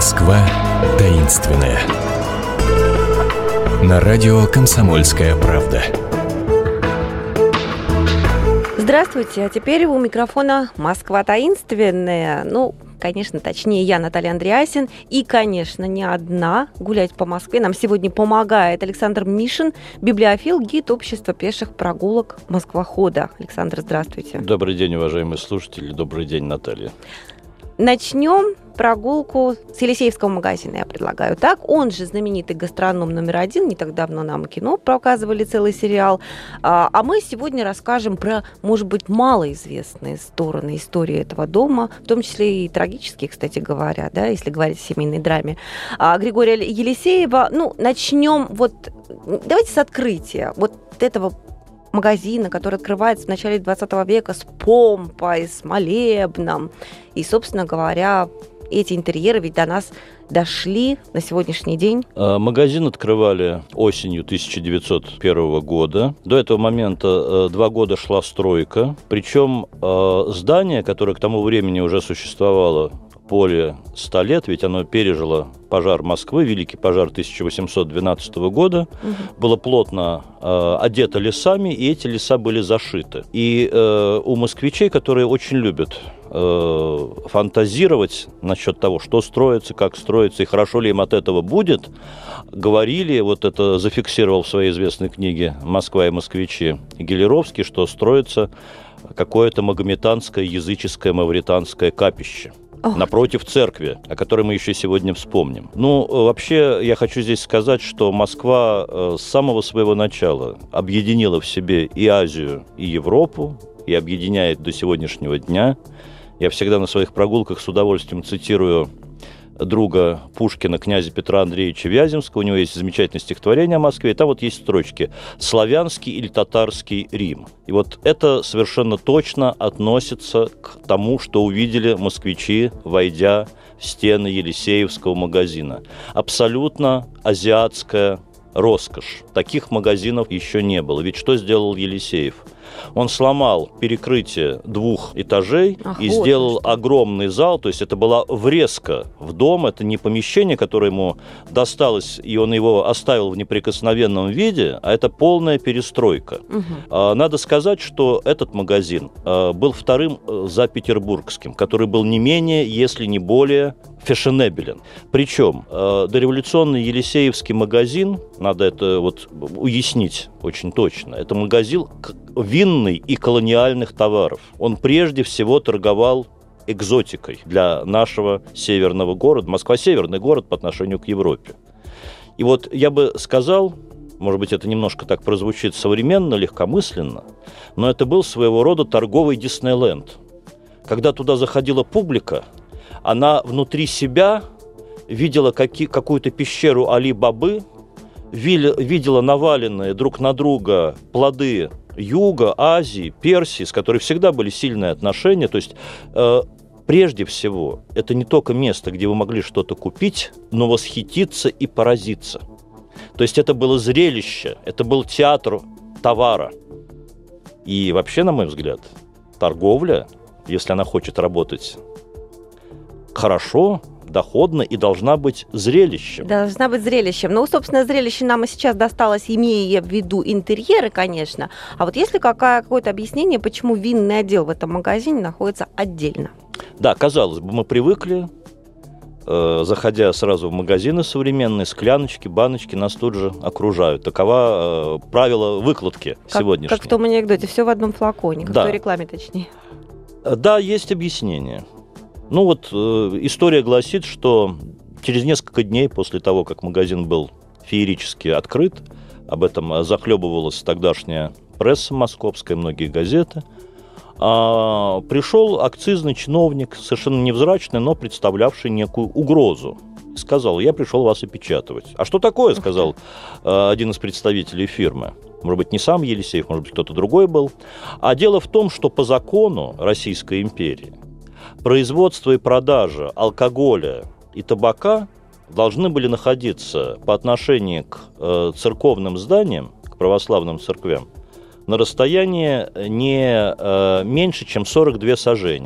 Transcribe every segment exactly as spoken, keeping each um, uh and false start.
Москва таинственная. На радио «Комсомольская правда». Здравствуйте, а теперь у микрофона «Москва таинственная». Ну, конечно, точнее, я, Наталья Андреасин. И, конечно, не одна гулять по Москве нам сегодня помогает Александр Мишин, библиофил, гид общества пеших прогулок Москвохода. Александр, здравствуйте. Добрый день, уважаемые слушатели. Добрый день, Наталья. Начнем прогулку с Елисеевского магазина, я предлагаю. Так, он же знаменитый гастроном номер один. Не так давно нам кино показывали целый сериал. А мы сегодня расскажем про, может быть, малоизвестные стороны истории этого дома, в том числе и трагические, кстати говоря, да, если говорить о семейной драме. А Григория Елисеева, ну, начнем вот, давайте с открытия вот этого магазина, который открывается в начале двадцатого века с помпой, с молебном. И, собственно говоря, эти интерьеры ведь до нас дошли на сегодняшний день. Магазин открывали осенью тысяча девятьсот первого года. До этого момента два года шла стройка. Причем здание, которое к тому времени уже существовало более ста лет, ведь оно пережило пожар Москвы, Великий пожар тысяча восемьсот двенадцатого года, угу. было плотно э, одето лесами, и эти леса были зашиты. И э, у москвичей, которые очень любят э, фантазировать насчет того, что строится, как строится, и хорошо ли им от этого будет, говорили, вот это зафиксировал в своей известной книге «Москва и москвичи» Гелеровский, что строится какое-то магометанское, языческое, мавританское капище напротив церкви, о которой мы еще сегодня вспомним. Ну, вообще, я хочу здесь сказать, что Москва с самого своего начала объединила в себе и Азию, и Европу, и объединяет до сегодняшнего дня. Я всегда на своих прогулках с удовольствием цитирую друга Пушкина, князя Петра Андреевича Вяземского. У него есть замечательное стихотворение о Москве, и там вот есть строчки «Славянский или татарский Рим». И вот это совершенно точно относится к тому, что увидели москвичи, войдя в стены Елисеевского магазина. Абсолютно азиатская роскошь. Таких магазинов еще не было. Ведь что сделал Елисеев? Он сломал перекрытие двух этажей Ах, и вот сделал что. огромный зал. То есть это была врезка в дом. Это не помещение, которое ему досталось, и он его оставил в неприкосновенном виде, а это полная перестройка. Угу. Надо сказать, что этот магазин был вторым за петербургским, который был не менее, если не более фешенебелен. Причем дореволюционный Елисеевский магазин, надо это вот уяснить очень точно, это магазин винный и колониальных товаров. Он прежде всего торговал экзотикой для нашего северного города. Москва – северный город по отношению к Европе. И вот я бы сказал, может быть, это немножко так прозвучит современно, легкомысленно, но это был своего рода торговый Диснейленд. Когда туда заходила публика, она внутри себя видела какие, какую-то пещеру Али-Бабы, видела наваленные друг на друга плоды Юга, Азии, Персии, с которой всегда были сильные отношения. То есть, э, прежде всего, это не только место, где вы могли что-то купить, но восхититься и поразиться. То есть это было зрелище, это был театр товара. И вообще, на мой взгляд, торговля, если она хочет работать хорошо, доходно и должна быть зрелищем. Должна быть зрелищем. Ну, собственно, зрелище нам и сейчас досталось, имея в виду интерьеры, конечно. А вот есть ли какая, какое-то объяснение, почему винный отдел в этом магазине находится отдельно? Да, казалось бы, мы привыкли, э, заходя сразу в магазины современные, скляночки, баночки нас тут же окружают. Такова э, правило выкладки как, сегодняшней. Как в том анекдоте, все в одном флаконе, как да. в той рекламе точнее. Да, есть объяснение. Ну вот э, история гласит, что через несколько дней после того, как магазин был феерически открыт, об этом захлебывалась тогдашняя пресса московская, многие газеты, а, пришел акцизный чиновник, совершенно невзрачный, но представлявший некую угрозу. Сказал: я пришел вас опечатывать. А что такое, сказал э, один из представителей фирмы. Может быть, не сам Елисеев, может быть, кто-то другой был. А дело в том, что по закону Российской империи производство и продажа алкоголя и табака должны были находиться по отношению к э, церковным зданиям, к православным церквям, на расстоянии не э, меньше, чем сорок две сажени.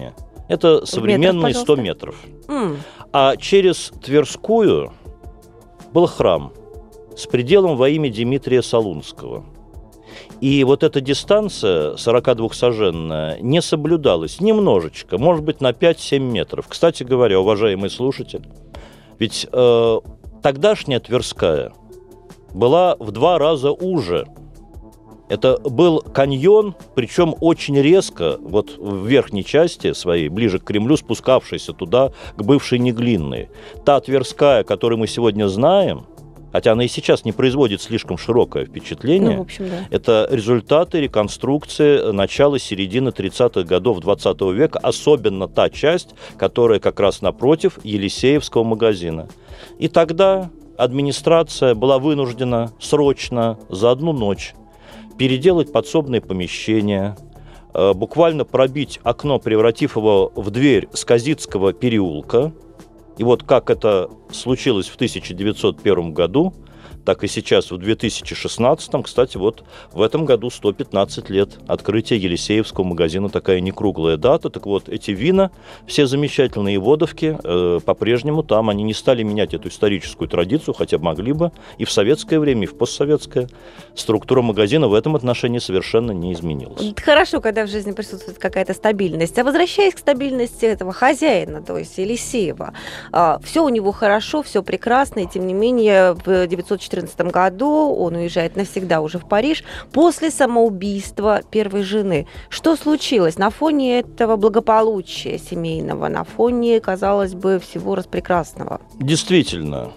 Это современные метрах, сто метров. Mm. А через Тверскую был храм с пределом во имя Дмитрия Солунского. И вот эта дистанция сорокадвухсаженная не соблюдалась немножечко, может быть, на пять-семь метров. Кстати говоря, уважаемый слушатель, ведь э, тогдашняя Тверская была в два раза уже. Это был каньон, причем очень резко, вот в верхней части своей, ближе к Кремлю, спускавшийся туда, к бывшей Неглинной. Та Тверская, которую мы сегодня знаем, хотя она и сейчас не производит слишком широкое впечатление, ну, в общем, да. Это результаты реконструкции начала-середины тридцатых годов двадцатого века, особенно та часть, которая как раз напротив Елисеевского магазина. И тогда администрация была вынуждена срочно за одну ночь переделать подсобные помещения, буквально пробить окно, превратив его в дверь с Казицкого переулка. И вот как это случилось в тысяча девятьсот первом году, так и сейчас в две тысячи шестнадцатом. Кстати, вот в этом году сто пятнадцать лет открытия Елисеевского магазина, такая некруглая дата. Так вот, эти вина, все замечательные водовки, э, по-прежнему там, они не стали менять эту историческую традицию, хотя могли бы и в советское время, и в постсоветское. Структура магазина в этом отношении совершенно не изменилась. Хорошо, когда в жизни присутствует какая-то стабильность. А возвращаясь к стабильности этого хозяина, то есть Елисеева, все у него хорошо, все прекрасно, и тем не менее в девятьсот четырнадцатом году он уезжает навсегда уже в Париж после самоубийства первой жены. Что случилось на фоне этого благополучия семейного, на фоне, казалось бы, всего распрекрасного? Действительно,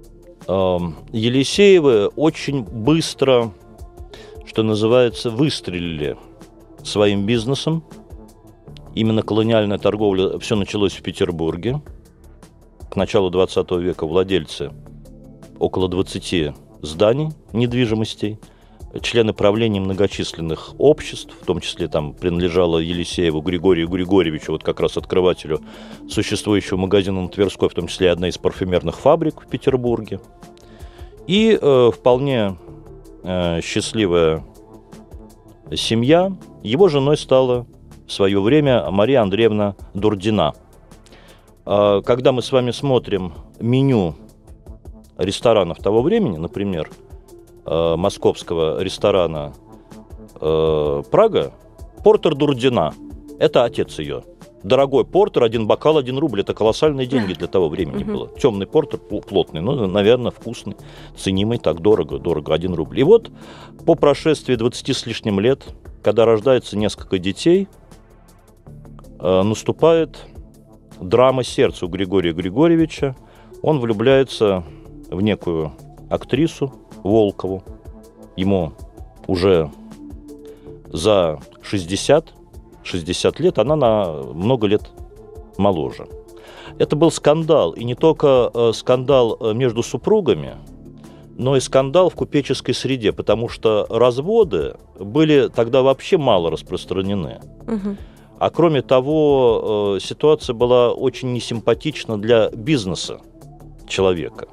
Елисеевы очень быстро, что называется, выстрелили своим бизнесом. Именно колониальная торговля, все началось в Петербурге. К началу двадцатого века владельцы около двадцати зданий, недвижимостей, члены правления многочисленных обществ, в том числе там принадлежало Елисееву Григорию Григорьевичу, вот как раз открывателю существующего магазина на Тверской, в том числе одна из парфюмерных фабрик в Петербурге. И э, вполне э, счастливая семья, его женой стала в свое время Мария Андреевна Дурдина. Э, когда мы с вами смотрим меню ресторанов того времени, например, э, московского ресторана э, «Прага», портер Дурдина – это отец ее. Дорогой портер, один бокал, один рубль – это колоссальные деньги для того времени было. Темный портер, плотный, ну, наверное, вкусный, ценимый, так дорого, дорого, один рубль. И вот по прошествии двадцати с лишним лет, когда рождается несколько детей, э, наступает драма сердца у Григория Григорьевича. Он влюбляется в некую актрису Волкову. Ему уже за шестьдесят, шестьдесят лет, она на много лет моложе. Это был скандал, и не только скандал между супругами, но и скандал в купеческой среде, потому что разводы были тогда вообще мало распространены. Угу. А кроме того, ситуация была очень несимпатична для бизнеса человека.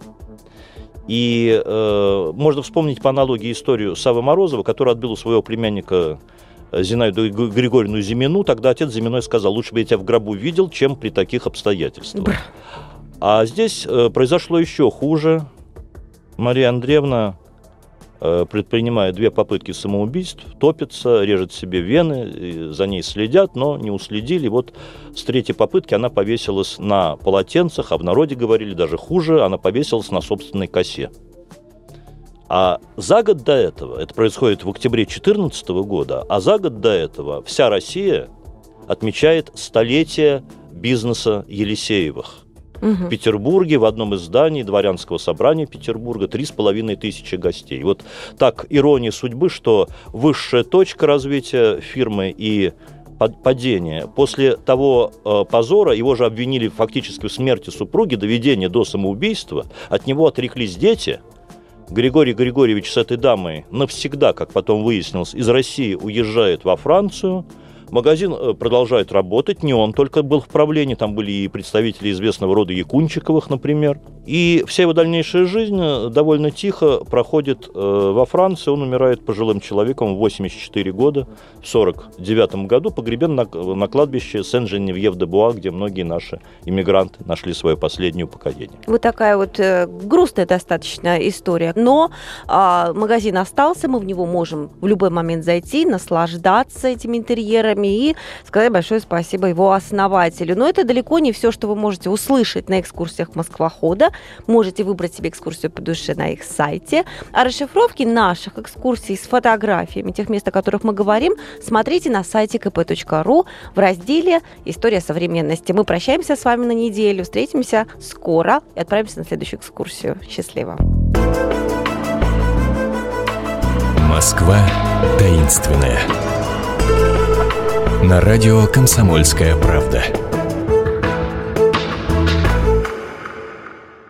И э, можно вспомнить по аналогии историю Саввы Морозова, который отбил у своего племянника Зинаиду Григорьевну Зимину. Тогда отец Зиминой сказал: лучше бы я тебя в гробу видел, чем при таких обстоятельствах. Бр. А здесь э, произошло еще хуже. Мария Андреевна э, предпринимает две попытки самоубийств, топится, режет себе вены, за ней следят, но не уследили. Вот с третьей попытки она повесилась на полотенцах, а в народе говорили даже хуже, она повесилась на собственной косе. А за год до этого, это происходит в октябре две тысячи четырнадцатого года, а за год до этого вся Россия отмечает столетие бизнеса Елисеевых. Угу. В Петербурге в одном из зданий дворянского собрания Петербурга три с половиной тысячи гостей. Вот так ирония судьбы, что высшая точка развития фирмы и падения. После того э, позора, его же обвинили фактически в смерти супруги, доведения до самоубийства, от него отреклись дети. Григорий Григорьевич с этой дамой навсегда, как потом выяснилось, из России уезжает во Францию. Магазин продолжает работать, не он только был в правлении, там были и представители известного рода Якунчиковых, например. И вся его дальнейшая жизнь довольно тихо проходит во Франции. Он умирает пожилым человеком в восемьдесят четыре года, в сорок девятом году, погребен на, на кладбище Сен-Женевьев-де-Буа, где многие наши иммигранты нашли свое последнее упокоение. Вот такая вот э, грустная достаточно история. Но э, магазин остался, мы в него можем в любой момент зайти, наслаждаться этими интерьерами и сказать большое спасибо его основателю. Но это далеко не все, что вы можете услышать на экскурсиях Москвохода. Можете выбрать себе экскурсию по душе на их сайте. А расшифровки наших экскурсий с фотографиями тех мест, о которых мы говорим, смотрите на сайте ка пэ точка ру в разделе «История современности». Мы прощаемся с вами на неделю, встретимся скоро и отправимся на следующую экскурсию. Счастливо! Москва таинственная. На радио «Комсомольская правда».